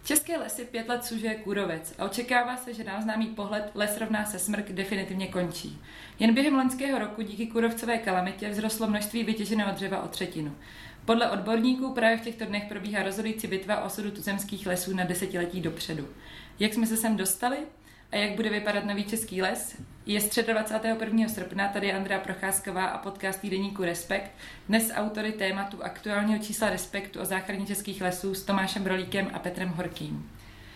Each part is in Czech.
České lesy 5 let sužuje kůrovec a očekává se, že na známý pohled les rovná se smrk definitivně končí. Jen během loňského roku díky kůrovcové kalamitě vzrostlo množství vytěženého dřeva o 1/3. Podle odborníků právě v těchto dnech probíhá rozhodující bitva o osudu tuzemských lesů na desetiletí dopředu. Jak jsme se sem dostali a jak bude vypadat nový český les? Je středa 21. srpna, tady je Andrea Procházková a podcast týdeníku Respekt. Dnes autory tématu aktuálního čísla Respektu o záchraně českých lesů s Tomášem Brolíkem a Petrem Horkým.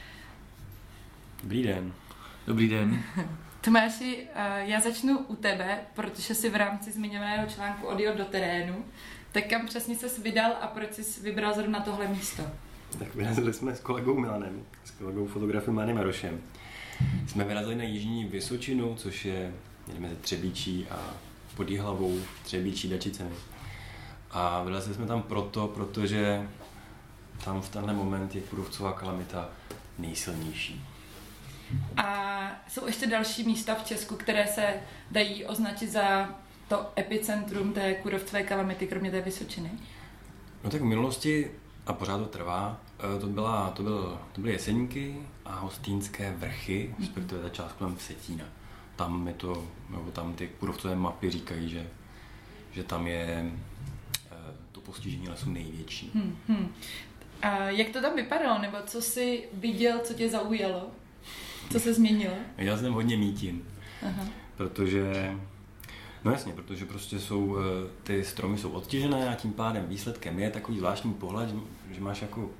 Dobrý den. Dobrý den. Tomáši, já začnu u tebe, protože jsi v rámci zmiňovaného článku odjel do terénu. Tak kam přesně ses vydal a proč jsi vybral zrovna tohle místo? Tak vyrazili jsme s kolegou Milanem, s kolegou fotografem Milanem Marošem. Jsme vyrazili na Jižní Vysočinu, což je mezi Třebíčí a pod Jihlavou, Třebíčí, Dačicemi. A vylezli jsme tam protože tam v tenhle moment je kůrovcová kalamita nejsilnější. A jsou ještě další místa v Česku, které se dají označit za to epicentrum té kůrovcové kalamity, kromě té Vysočiny? No tak v minulosti, a pořád to trvá, to byly Jeseníky a Hostýnské vrchy, respektive ta část kolem Vsetína. Tam ty kůrovcové mapy říkají, že tam je to postižení lesů největší. A jak to tam vypadalo, nebo co jsi viděl, co tě zaujalo? Co se změnilo? Já jsem hodně mítin, Aha. protože prostě ty stromy jsou odtěžené a tím pádem výsledkem je takový zvláštní pohled, že máš jako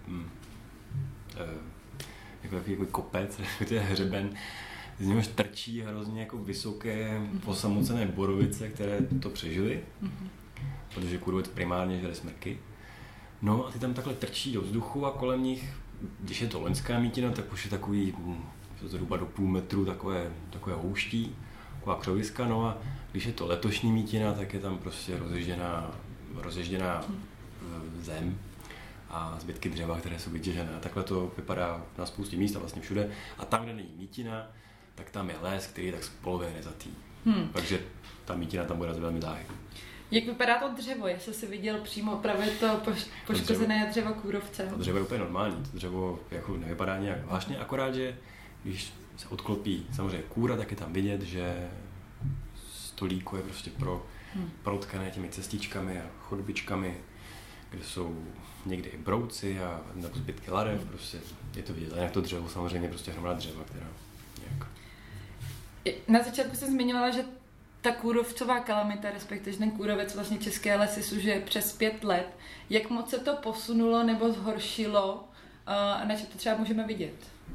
kopec, to je hřeben, z něhož trčí hrozně jako vysoké osamocené borovice, které to přežily, protože kůrovec primárně žere smrky. No a ty tam takhle trčí do vzduchu a kolem nich, když je to loňská mítina, tak už je takový zhruba do půl metru takové houští, taková křoviska, no a když je to letošní mítina, tak je tam prostě rozježděná zem a zbytky dřeva, které jsou vytěžené. A takhle to vypadá na spoustě míst a vlastně všude. A tam, kde není mítina, tak tam je les, který je tak z poloviny nezatý. Takže ta mítina tam bude velmi záhy. Jak vypadá to dřevo? Jestli jsi viděl přímo právě to poškozené dřevo kůrovcem? To dřevo je úplně normální, to dřevo jako nevypadá nějak zvláštně, akorát, že když se odklopí samozřejmě kůra, tak je tam vidět, že stolíko je prostě protkané těmi cestičkami a chodbičkami, kde jsou někdy i brouci a nebo zbytky larev, prostě je to vidět. A jinak to dřevo samozřejmě je prostě hromada dřeva, která nějak... Na začátku jsem zmiňovala, že ta kůrovcová kalamita, respektive ten kůrovec vlastně české lesy sužuje přes 5 let. Jak moc se to posunulo nebo zhoršilo a na čem to třeba můžeme vidět?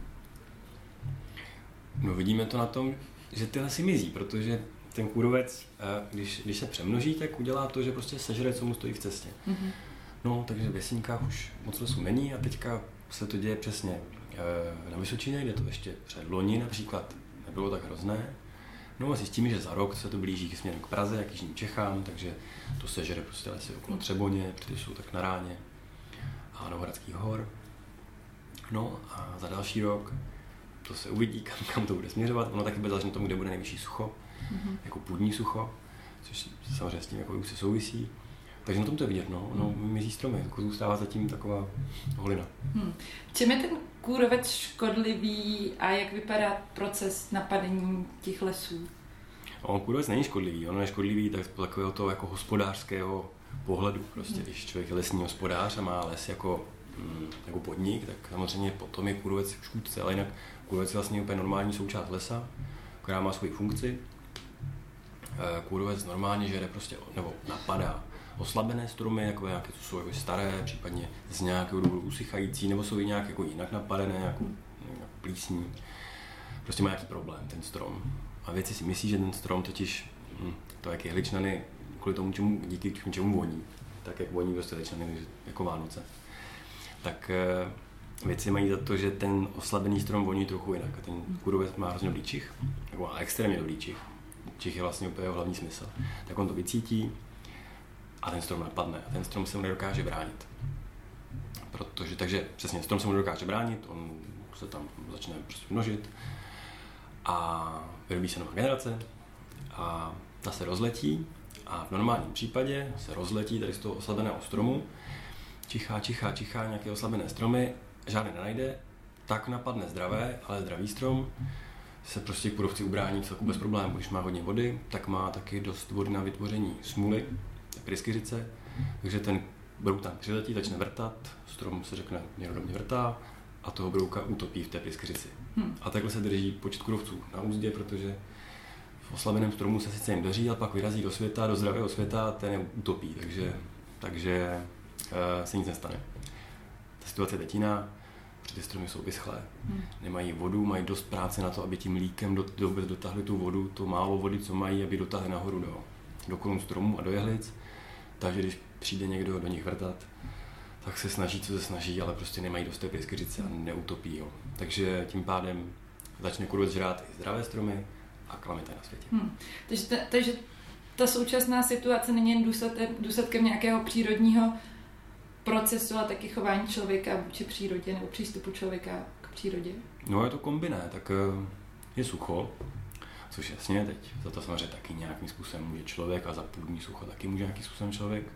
No vidíme to na tom, že ty lesy mizí, protože ten kůrovec, když se přemnoží, tak udělá to, že prostě sežere, co mu stojí v cestě. No, takže v Jeseníkách už moc lesů není a teďka se to děje přesně na Vysočině, kde to ještě před loni například nebylo tak hrozné. No a zjistíme, že za rok se to blíží směrem k Praze a k jižním Čechám, takže to sežere prostě lesy okolo Třeboně, ty jsou tak na Ráně a Novohradských hor. No a za další rok to se uvidí, kam to bude směřovat. Ono taky bude záležet na tom, kde bude nejvyšší sucho, jako půdní sucho, což samozřejmě s tím jako už se souvisí. Takže na tom to je vidět, no mizí stromy, jako zůstává zatím taková holina. Čím je ten kůrovec škodlivý a jak vypadá proces napadení těch lesů? Kůrovec není škodlivý, on je škodlivý tak z takového toho jako hospodářského pohledu. Prostě když člověk je lesní hospodář a má les jako podnik, tak samozřejmě potom je kůrovec škůdce, ale jinak kůrovec je vlastně úplně normální součást lesa, která má svoji funkci. Kůrovec normálně žere prostě, nebo napadá oslabené stromy, jako nějaké, co jsou jako staré, případně z nějakého důvodu usychající, nebo jsou i nějak jako jinak napadené, jako plísní. Prostě má nějaký problém ten strom. A vědci si myslí, že ten strom totiž, to jak jehličnany, kvůli tomu, díky čemu voní, tak jak voní prostě jehličnany jako Vánoce. Tak vědci mají za to, že ten oslabený strom voní trochu jinak. A ten kůrovec má hrozně dobrý čich, nebo má extrémně dobrý čich. Čich je vlastně úplně jeho hlavní smysl. Tak on to vycítí a ten strom napadne. A ten strom se mu nedokáže bránit. Takže přesně, strom se mu nedokáže bránit, on se tam začne prostě množit a vyrobí se nová generace a ta se rozletí a v normálním případě se rozletí tady z toho oslabeného stromu, čichá nějaké oslabené stromy, žádné nenajde tak napadne zdravé, ale zdravý strom se prostě kůrovci ubrání celku bez problémů. Když má hodně vody, tak má taky dost vody na vytvoření smůly, pryskyřice, takže ten brouk tam přiletí, začne vrtat, strom se řekne, někdo do mě vrtá a toho brouka utopí v té pryskyřici. A takhle se drží počet kůrovců na úzdě, protože v oslabeném stromu se sice jim daří, ale pak vyrazí do světa, do zdravého světa a ten je utopí, takže se nic nestane. Ta situace je teď jiná, protože ty stromy jsou vyschlé, nemají vodu, mají dost práce na to, aby tím mlíkem vůbec dotáhli tu vodu, to málo vody, co mají, aby dotáhli nahoru do korun stromů a do jehlic. Takže když přijde někdo do nich vrtat, tak se snaží, co se snaží, ale prostě nemají dost té pryskyřice a neutopí. Jo. Takže tím pádem začne kůrovec žrát i zdravé stromy a kalamita na světě. Takže ta současná situace není jen důsledkem nějakého přírodního procesu, ale taky chování člověka vůči přírodě nebo přístupu člověka k přírodě? No je to kombiné, tak je sucho, což jasně, teď za to samozřejmě taky nějakým způsobem může člověk a za půdní sucho taky může nějakým způsobem člověk.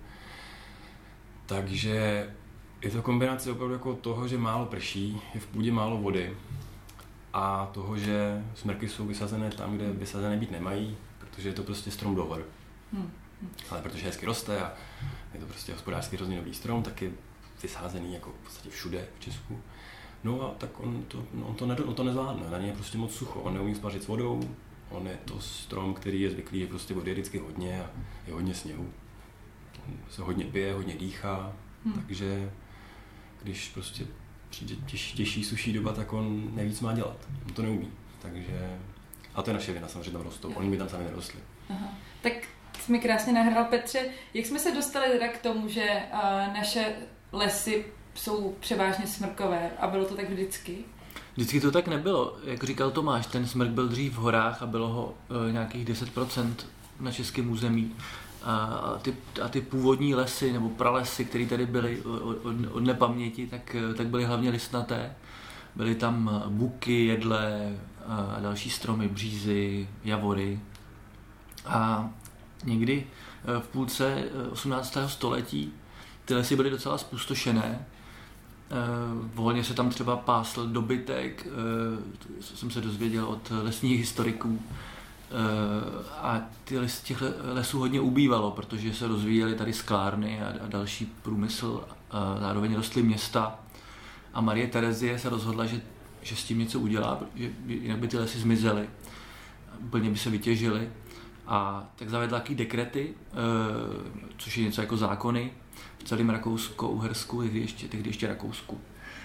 Takže je to kombinace opravdu jako toho, že málo prší, je v půdě málo vody a toho, že smrky jsou vysazené tam, kde vysazené být nemají, protože je to prostě strom do hor. Ale protože hezky roste a je to prostě hospodářský rozvinový strom, tak je vysázený jako v podstatě všude v Česku. No a tak on to nezvládne, na něj je prostě moc sucho, on neumí spařit s vodou, on je to strom, který je zvyklý, že prostě vody je vždycky hodně a je hodně sněhu. Se hodně pije, hodně dýchá, takže když prostě přijde těžší, suší doba, tak on neví, co má dělat. On to neumí, takže... A to je naše vina, samozřejmě tam rostou, oni by tam sami nerostli. Aha. Tak jsi mi krásně nahrál, Petře. Jak jsme se dostali teda k tomu, že naše lesy jsou převážně smrkové a bylo to tak vždycky? Vždycky to tak nebylo. Jak říkal Tomáš, ten smrk byl dřív v horách a bylo ho nějakých 10% na českém území. A ty původní lesy nebo pralesy, které tady byly od nepaměti, tak byly hlavně listnaté. Byly tam buky, jedle a další stromy, břízy, javory. A někdy v půlce 18. století ty lesy byly docela zpustošené. Volně se tam třeba pásl dobytek, jsem se dozvěděl od lesních historiků. A těch lesů hodně ubývalo, protože se rozvíjely tady sklárny a další průmysl, a zároveň rostly města. A Marie Terezie se rozhodla, že s tím něco udělá, protože jinak by ty lesy zmizely, úplně by se vytěžily. A tak zavedla taky dekrety, což je něco jako zákony v celém Rakousko-Uhersku, tehdy ještě Rakousku,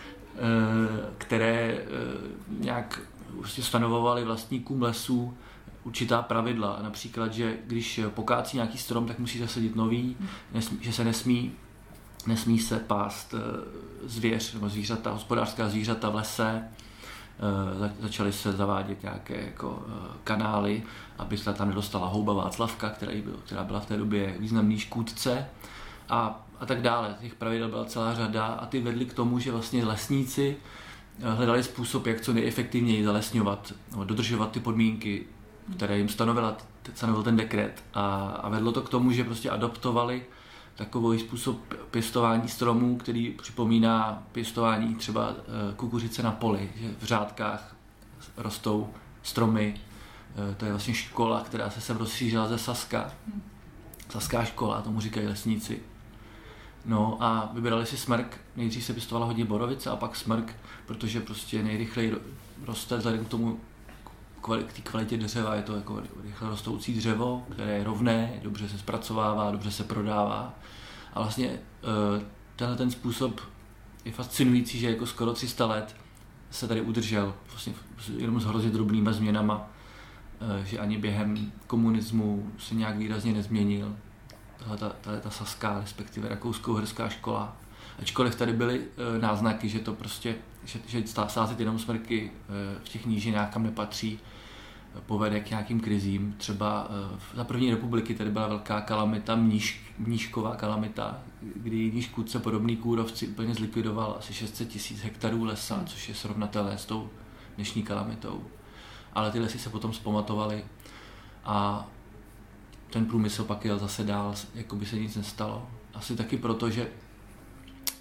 které nějak stanovovaly vlastníkům lesů určitá pravidla. Například, že když pokácí nějaký strom, tak musí zasadit nový, že se nesmí se pást zvěř nebo zvířata, hospodářská zvířata v lese. Začaly se zavádět nějaké jako kanály, aby se tam nedostala houba Václavka, která byla v té době významný škůdce a tak dále. Těch pravidel byla celá řada a ty vedly k tomu, že vlastně lesníci hledali způsob, jak co nejefektivněji zalesňovat, dodržovat ty podmínky, které jim stanovil ten dekret a vedlo to k tomu, že prostě adoptovali takový způsob pěstování stromů, který připomíná pěstování třeba kukuřice na poli, že v řádkách rostou stromy. To je vlastně škola, která se sem rozšířila ze Saska. Saská škola, tomu říkají lesníci. No a vybrali si smrk, nejdřív se pěstovala hodně borovice a pak smrk, protože prostě nejrychleji roste vzhledem k tomu k té kvalitě dřeva, je to jako rychle rostoucí dřevo, které je rovné, dobře se zpracovává, dobře se prodává. A vlastně tenhle ten způsob je fascinující, že jako skoro 300 let se tady udržel, vlastně jenom s hrozně drobnýma změnama, že ani během komunismu se nějak výrazně nezměnil. Ta saská, respektive rakousko-uherská škola. Ačkoliv tady byly náznaky, že to prostě, že sázet jenom smrky v těch nížinách, kam nepatří, povede k nějakým krizím. Třeba za první republiky tady byla velká kalamita, mníšková kalamita, kdy jiný škůdce, podobný kůrovci, úplně zlikvidoval asi 600 000 hektarů lesa, což je srovnatelné s tou dnešní kalamitou. Ale ty lesy se potom zpamatovaly a ten průmysl pak jel zase dál, jako by se nic nestalo. Asi taky proto, že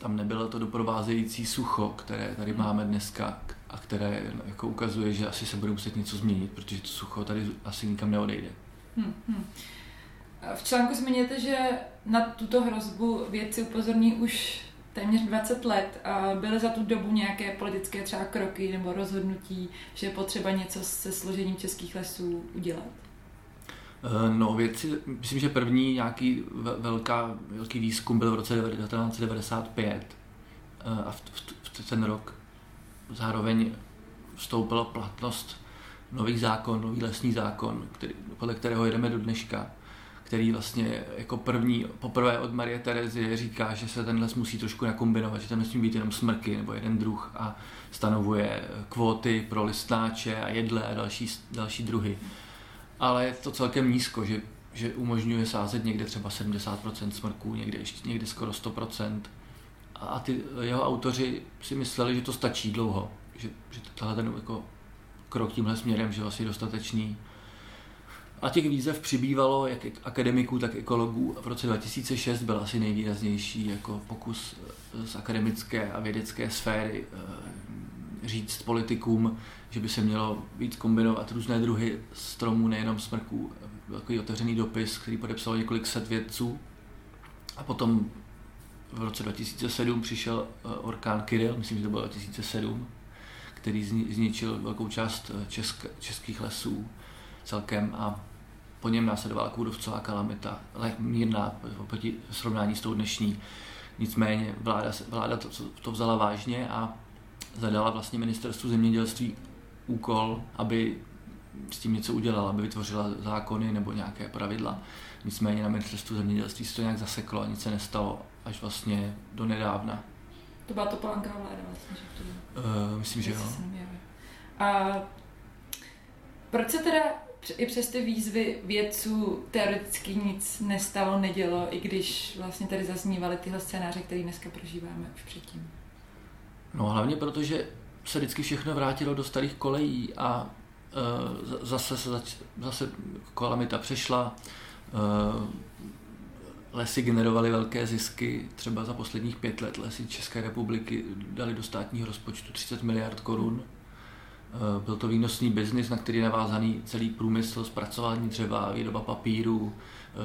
tam nebylo to doprovázející sucho, které tady máme dneska a které jako ukazuje, že asi se bude muset něco změnit, protože to sucho tady asi nikam neodejde. V článku zmiňujete, že na tuto hrozbu vědci upozorní už téměř 20 let a byly za tu dobu nějaké politické třeba kroky nebo rozhodnutí, že je potřeba něco se složením českých lesů udělat? No, vědci, myslím, že první nějaký velký výzkum byl v roce 1995 a v ten rok zároveň vstoupila platnost nový lesní zákon, podle kterého jedeme do dneška, který vlastně jako poprvé od Marie Terezie říká, že se ten les musí trošku nakombinovat, že tam nesmí být jenom smrky nebo jeden druh a stanovuje kvóty pro listnáče a jedle a další druhy. Ale je to celkem nízko, že umožňuje sázet někde třeba 70% smrků, někde skoro 100%. A ty jeho autoři si mysleli, že to stačí dlouho, že tohle ten jako krok tímhle směrem, že vlastně dostatečný. A těch výzev přibývalo jak akademiků, tak ekologů. V roce 2006 byl asi nejvýraznější jako pokus z akademické a vědecké sféry říct politikům, že by se mělo víc kombinovat různé druhy stromů, nejenom smrků. Byl takový otevřený dopis, který podepsalo několik set vědců. A potom v roce 2007 přišel orkán Kyrill, myslím, že to bylo 2007, který zničil velkou část českých lesů celkem a po něm následovala kůrovcová kalamita, ale mírná oproti srovnání s tou dnešní. Nicméně vláda to vzala vážně a zadala vlastně ministerstvu zemědělství úkol, aby s tím něco udělala, aby vytvořila zákony nebo nějaké pravidla. Nicméně na ministerstvu zemědělství se to nějak zaseklo a nic se nestalo až vlastně do nedávna. To byla Topolánková vláda vlastně, že to myslím, že jo. A proč se teda i přes ty výzvy vědců teoreticky nic nestalo, nedělo, i když vlastně tady zaznívaly tyhle scénáře, které dneska prožíváme už předtím? No hlavně protože se vždycky všechno vrátilo do starých kolejí a zase kalamita přešla, lesy generovaly velké zisky, třeba za posledních 5 let lesy České republiky dali do státního rozpočtu 30 miliard korun. Byl to výnosný biznis, na který je navázaný celý průmysl, zpracování dřeva, výroba papíru,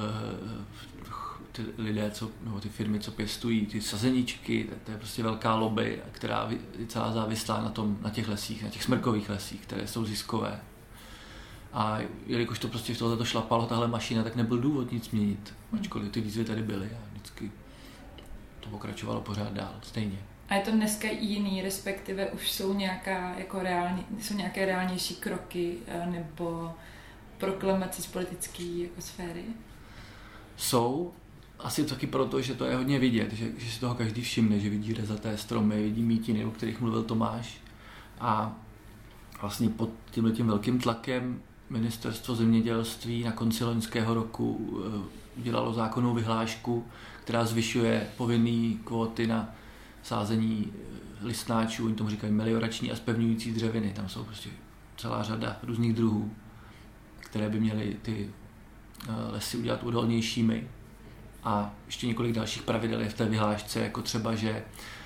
ty lidé, nebo ty firmy, co pěstují, ty sazeníčky, to je prostě velká lobby, která je celá závislá na těch lesích, na těch smrkových lesích, které jsou ziskové. A jelikož to prostě v tohleto šlapalo, tahle mašina, tak nebyl důvod nic měnit, ačkoliv ty výzvy tady byly a vždycky to pokračovalo pořád dál, stejně. A je to dneska jiný, respektive už jsou nějaké reálnější kroky nebo proklamace z politické jako sféry? Jsou, asi taky proto, že to je hodně vidět, že si toho každý všimne, že vidí rezaté stromy, vidí mítiny, o kterých mluvil Tomáš. A vlastně pod tímhletím velkým tlakem ministerstvo zemědělství na konci loňského roku udělalo zákonnou vyhlášku, která zvyšuje povinné kvóty na sázení listnáčů, oni tomu říkají meliorační a zpevňující dřeviny. Tam jsou prostě celá řada různých druhů, které by měly ty lesy udělat odolnějšími. A ještě několik dalších pravidel je v té vyhlášce, jako třeba, že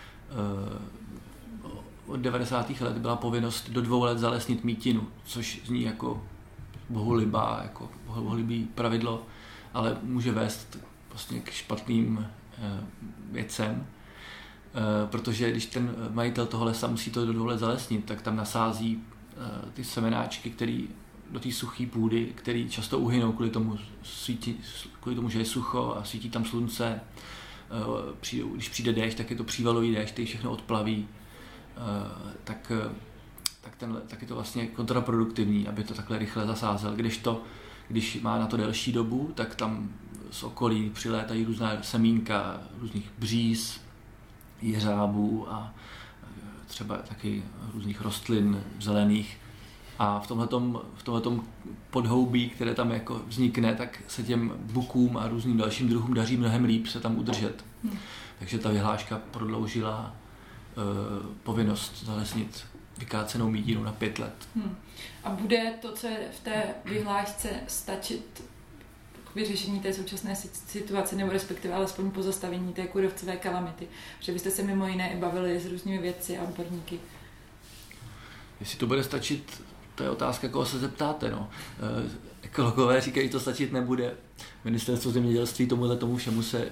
od 90. let byla povinnost do 2 let zalesnit mítinu, což zní jako bohulibý pravidlo, ale může vést vlastně k špatným věcem, protože když ten majitel toho lesa musí to do 2 let zalesnit, tak tam nasází ty semenáčky, který do té suché půdy, které často uhynou kvůli tomu, že je sucho a svítí tam slunce. Když přijde déšť, tak je to přívalový déšť, který všechno odplaví. Tak je to vlastně kontraproduktivní, aby to takhle rychle zasázel. Když má na to delší dobu, tak tam z okolí přilétají různá semínka, různých bříz, jeřábů a třeba taky různých rostlin zelených. A v tomhletom podhoubí, které tam jako vznikne, tak se těm bukům a různým dalším druhům daří mnohem líp se tam udržet. Takže ta vyhláška prodloužila povinnost zalesnit vykácenou mítinu na 5 let. A bude to, co je v té vyhlášce, stačit k vyřešení té současné situace, nebo respektive alespoň pozastavení té kůrovcové kalamity. Protože byste se mimo jiné i bavili s různými vědci a odborníky. Jestli to bude stačit, to je otázka, koho se zeptáte. No. Ekologové říkají, že to stačit nebude. Ministerstvo zemědělství tomu všemu se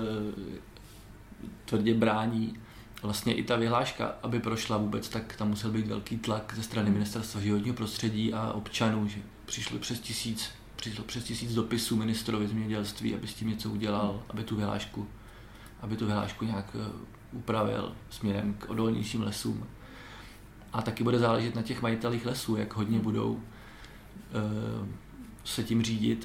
tvrdě brání. Vlastně i ta vyhláška, aby prošla vůbec, tak tam musel být velký tlak ze strany Ministerstva životního prostředí a občanů, že přišlo přes 1000 dopisů ministrovi zemědělství, aby s tím něco udělal, aby tu vyhlášku nějak upravil směrem k odolnějším lesům. A taky bude záležet na těch majitelích lesů, jak hodně budou se tím řídit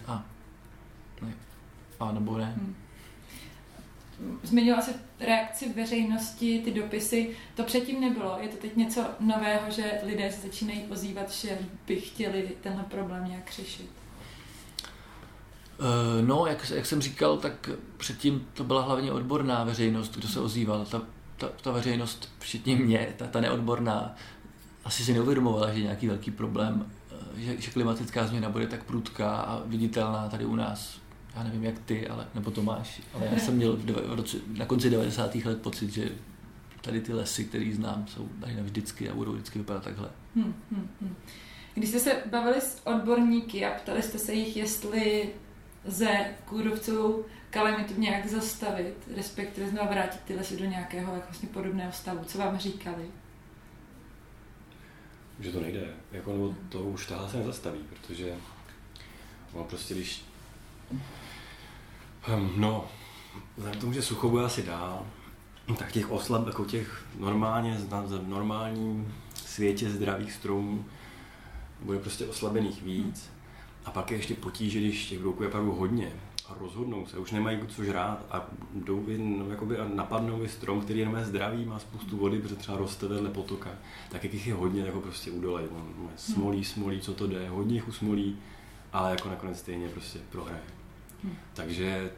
a nebo ne. Zmiňovala se reakci veřejnosti, ty dopisy. To předtím nebylo. Je to teď něco nového, že lidé se začínají ozývat, že by chtěli tenhle problém nějak řešit? No, jak jsem říkal, tak předtím to byla hlavně odborná veřejnost, kdo se ozýval. Ta veřejnost, včetně mě, ta neodborná, asi si neuvědomovala, že je nějaký velký problém, že klimatická změna bude tak prudká a viditelná tady u nás. Já nevím, jak ty, nebo Tomáš, ale já jsem měl na konci 90. let pocit, že tady ty lesy, které znám, jsou tady navždycky a budou vždycky vypadat takhle. Když jste se bavili s odborníky a ptali jste se jich, jestli lze kůrovcovou kalamitu nějak zastavit, respektive znovu vrátit ty lesy do nějakého vlastně podobného stavu, co vám říkali? Že to nejde, nebo to už tahle se nezastaví, protože ono prostě když vzhledem k tomu, že sucho bude asi dál, tak těch jako těch v normálním světě zdravých stromů bude prostě oslabených víc. A pak je ještě potíže, když těch brouků je opravdu hodně a rozhodnou se, už nemají co žrát a jdou a napadnou i strom, který jenom je zdravý, má spoustu vody, protože třeba roste vedle potoka, tak jak jich je hodně, jako prostě udolej, smolí, co to jde, hodně jich usmolí, ale jako nakonec stejně prostě prohraje. Takže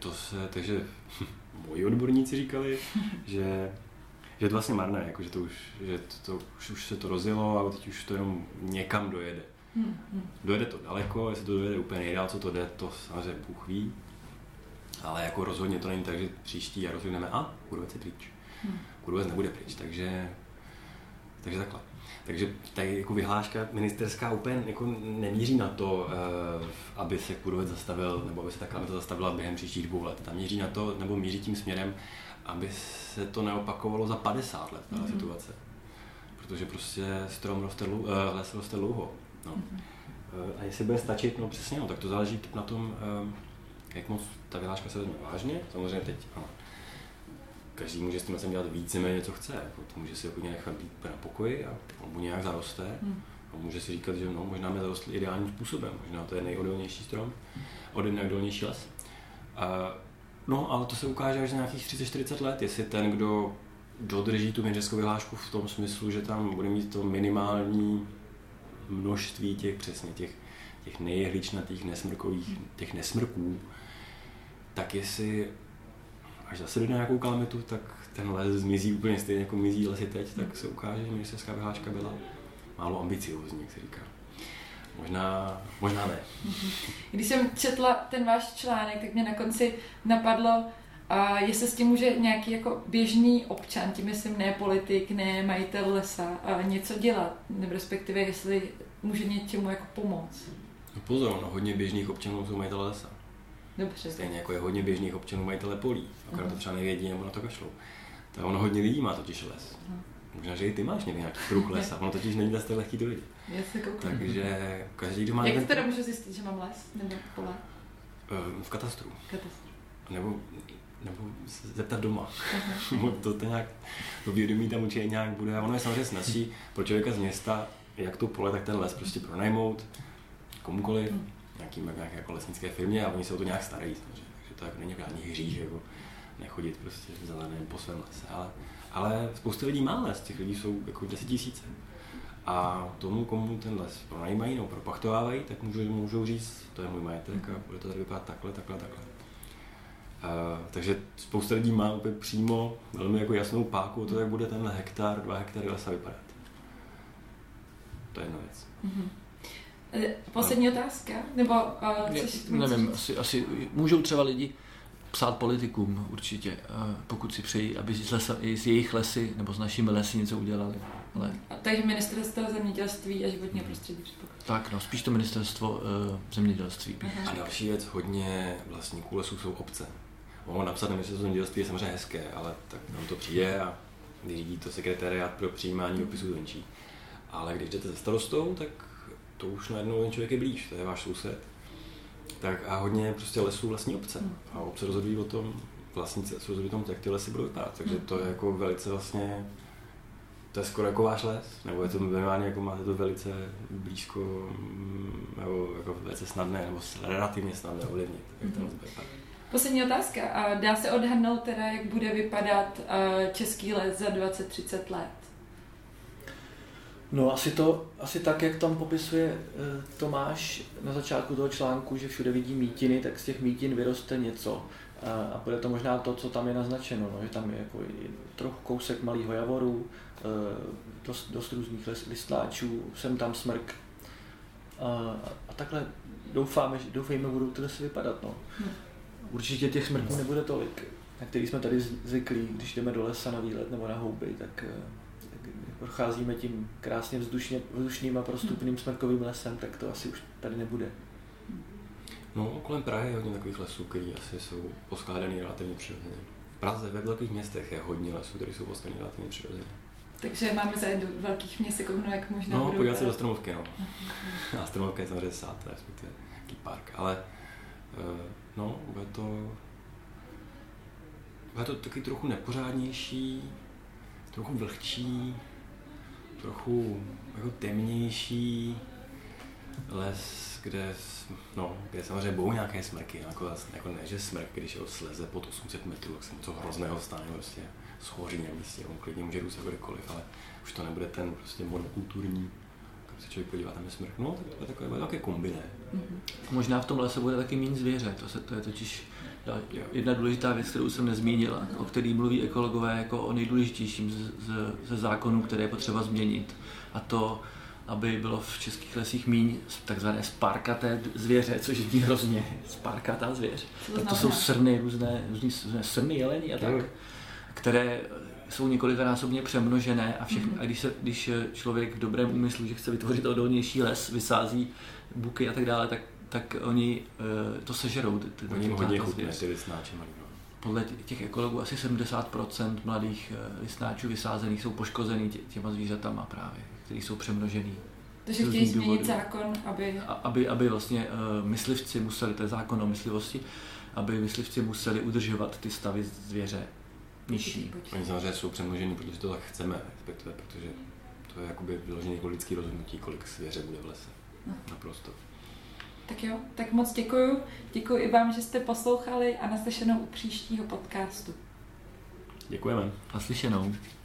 moji odborníci říkali, že je to vlastně marné, jako, že už se to rozjelo a teď už to jenom někam dojede. Dojede to daleko, jestli to dojede úplně nejdál, co to jde, to samozřejmě Bůh ví, ale jako rozhodně to není tak, že příští a rozhodneme, kůrovec je pryč. Kůrovec nebude pryč, takže takhle. Takže tady jako vyhláška ministerská úplně jako nemíří na to, aby se kůrovec zastavil, nebo aby se ta kalamita zastavila během příštích 2 let. Ta míří na to, nebo míří tím směrem, aby se to neopakovalo za 50 let, ta situace. Protože prostě les roste dlouho. No. A jestli bude stačit, přesně, tak to záleží na tom, jak moc ta vyhláška se vezme vážně. Samozřejmě teď, každý může s tím dělat víceméně, co chce. Jako to může si jako nechat být na pokoji a on mu nějak zaroste. A může si říkat, že možná mě zarostl ideálním způsobem. Možná to je nejodolnější strom, nejodolnější les. Ale to se ukáže až za nějakých 30-40 let, jestli ten, kdo dodrží tu ministerskou vyhlášku v tom smyslu, že tam bude mít to minimální množství těch nejjehličnatých těch nesmrků, tak jestli až zase dojde nějakou kalamitu, tak ten les zmizí úplně stejně jako mizí lesy teď, tak se ukáže, že ministerská vyhláška byla málo ambiciózní, jak se říká. Možná ne. Když jsem četla ten váš článek, tak mě na konci napadlo, jestli s tím může nějaký jako běžný občan, tím myslím ne politik, ne majitel lesa, něco dělat, nebo respektive jestli může něčemu jako pomoct. No pozor, hodně běžných občanů jsou majitele lesa. Dobře. Stejně jako je hodně běžných občanů majitele polí, akorát to třeba nevědí nebo na to kašlou. Tak ono hodně lidí má totiž les. Možná, že i ty máš někdy nějaký pruh lesa, ono totiž není zase lehký to vidět. Takže každý, kdo má... Jak teda můžu zjistit, že mám les nebo pole? V katastru. Nebo zeptat doma. To vědomí tam určitě nějak bude. A ono je samozřejmě snazší pro člověka z města, jak to pole, tak ten les prostě pronajmout komukoliv, nějaké jako lesnické firmě a oni se o to nějak starají. Takže to jako není žádný hřích, jako nechodit prostě v zeleném po svém lese. Ale spousta lidí má les, těch lidí jsou jako 10 000. A tomu, komu ten les pronajímají nebo propachtovávají, tak můžou říct, to je můj majetek a bude to tady vypadat takhle. Takže spousta lidí má úplně přímo velmi jako jasnou páku o to, jak bude ten hektar, 2 hektary lesa vypadat. To je jedna věc. Poslední otázka? Nebo nevím, asi můžou třeba lidi psát politikům určitě, pokud si přejí, aby z jejich lesy nebo s našimi lesy něco udělali. Ale... Takže ministerstvo zemědělství a životního prostředí. Tak, no, spíš to ministerstvo zemědělství. A další věc, hodně vlastníků lesů jsou obce. Mohou napsat na ministerstvo zemědělství je samozřejmě hezké, ale tak nám to přijde a vyřídí to sekretariát pro přijímání dopisů zvenčí. Ale když jdete se starostou, tak to už najednou ten člověk je blíž, to je váš soused. Tak a hodně prostě lesů vlastní obce. A obce rozhodují o tom, vlastníci rozhodují o tom, jak ty lesy budou vypadat. Takže to je jako velice vlastně, to je skoro jako váš les, nebo je to minimálně jako máte to velice blízko, nebo jako velice snadné, nebo relativně snadné ovlivnit, jak to vypadá. Poslední otázka. Dá se odhadnout teda, jak bude vypadat český les za 20-30 let? No asi tak, jak tam popisuje Tomáš na začátku toho článku, že všude vidí mítiny, tak z těch mítin vyroste něco. A bude to možná to, co tam je naznačeno, no, že tam je jako trochu kousek malýho javoru, dost různých listnáčů, sem tam smrk. A takhle doufejme, budou ty lesy vypadat. No. Určitě těch smrků nebude tolik, na který jsme tady zvyklí, když jdeme do lesa na výlet nebo na houby, tak procházíme tím krásně vzdušným a prostupným smrkovým lesem, tak to asi už tady nebude. No, kolem Prahy je hodně takových lesů, které asi jsou poskládaný relativně přirozeně. V Praze, ve velkých městech je hodně lesů, které jsou poskládaný relativně přirozeně. Takže máme zajet do velkých měst, jak možná budou... No, podívat se do Stromovky, no. A Stromovka je samozřejmě sátra, respektive taký park, ale no, bude to taky trochu nepořádnější, trochu vlhčí, trochu jako temnější les, kde samozřejmě budou nějaké smrky, jako ne, že smrk, když ho sleze pod 800 metrů, tak se něco hrozného stane, prostě schoří na místě, on klidně může růst kdekoliv, ale už to nebude ten prostě monokulturní, když se člověk podívá, tam je smrk, no, tak to je také kombiné. Možná v tom lese bude taky méně zvěře, to je totiž jedna důležitá věc, kterou jsem nezmínil, o který mluví ekologové jako o nejdůležitějším ze zákonů, které je potřeba změnit. A to, aby bylo v českých lesích míň takzvané spárkaté zvěře, což je hrozně spárkatá zvěř. Tak to jsou srny, různé srny, jeleni a tak, které jsou několikanásobně přemnožené a všechny. A když člověk v dobrém úmyslu, že chce vytvořit odolnější les, vysází buky a tak dále, tak oni to sežerou. Oni hodně chutné, ty listnáče malý. Podle těch ekologů asi 70% mladých listnáčů vysázených jsou poškozený těma zvířatama právě, který jsou přemnožený. Takže chtějí změnit zákon, aby vlastně myslivci museli, to je zákon o myslivosti, aby myslivci museli udržovat ty stavy zvěře nižší. Oni samozřejmě jsou přemnožený, protože to tak chceme, respektive, protože to je jakoby vyloženě jako lidský rozhodnutí, kolik zvěře bude v lese. Naprosto. Tak jo, tak moc děkuju. Děkuji i vám, že jste poslouchali a naslyšenou u příštího podcastu. Děkujeme. Naslyšenou.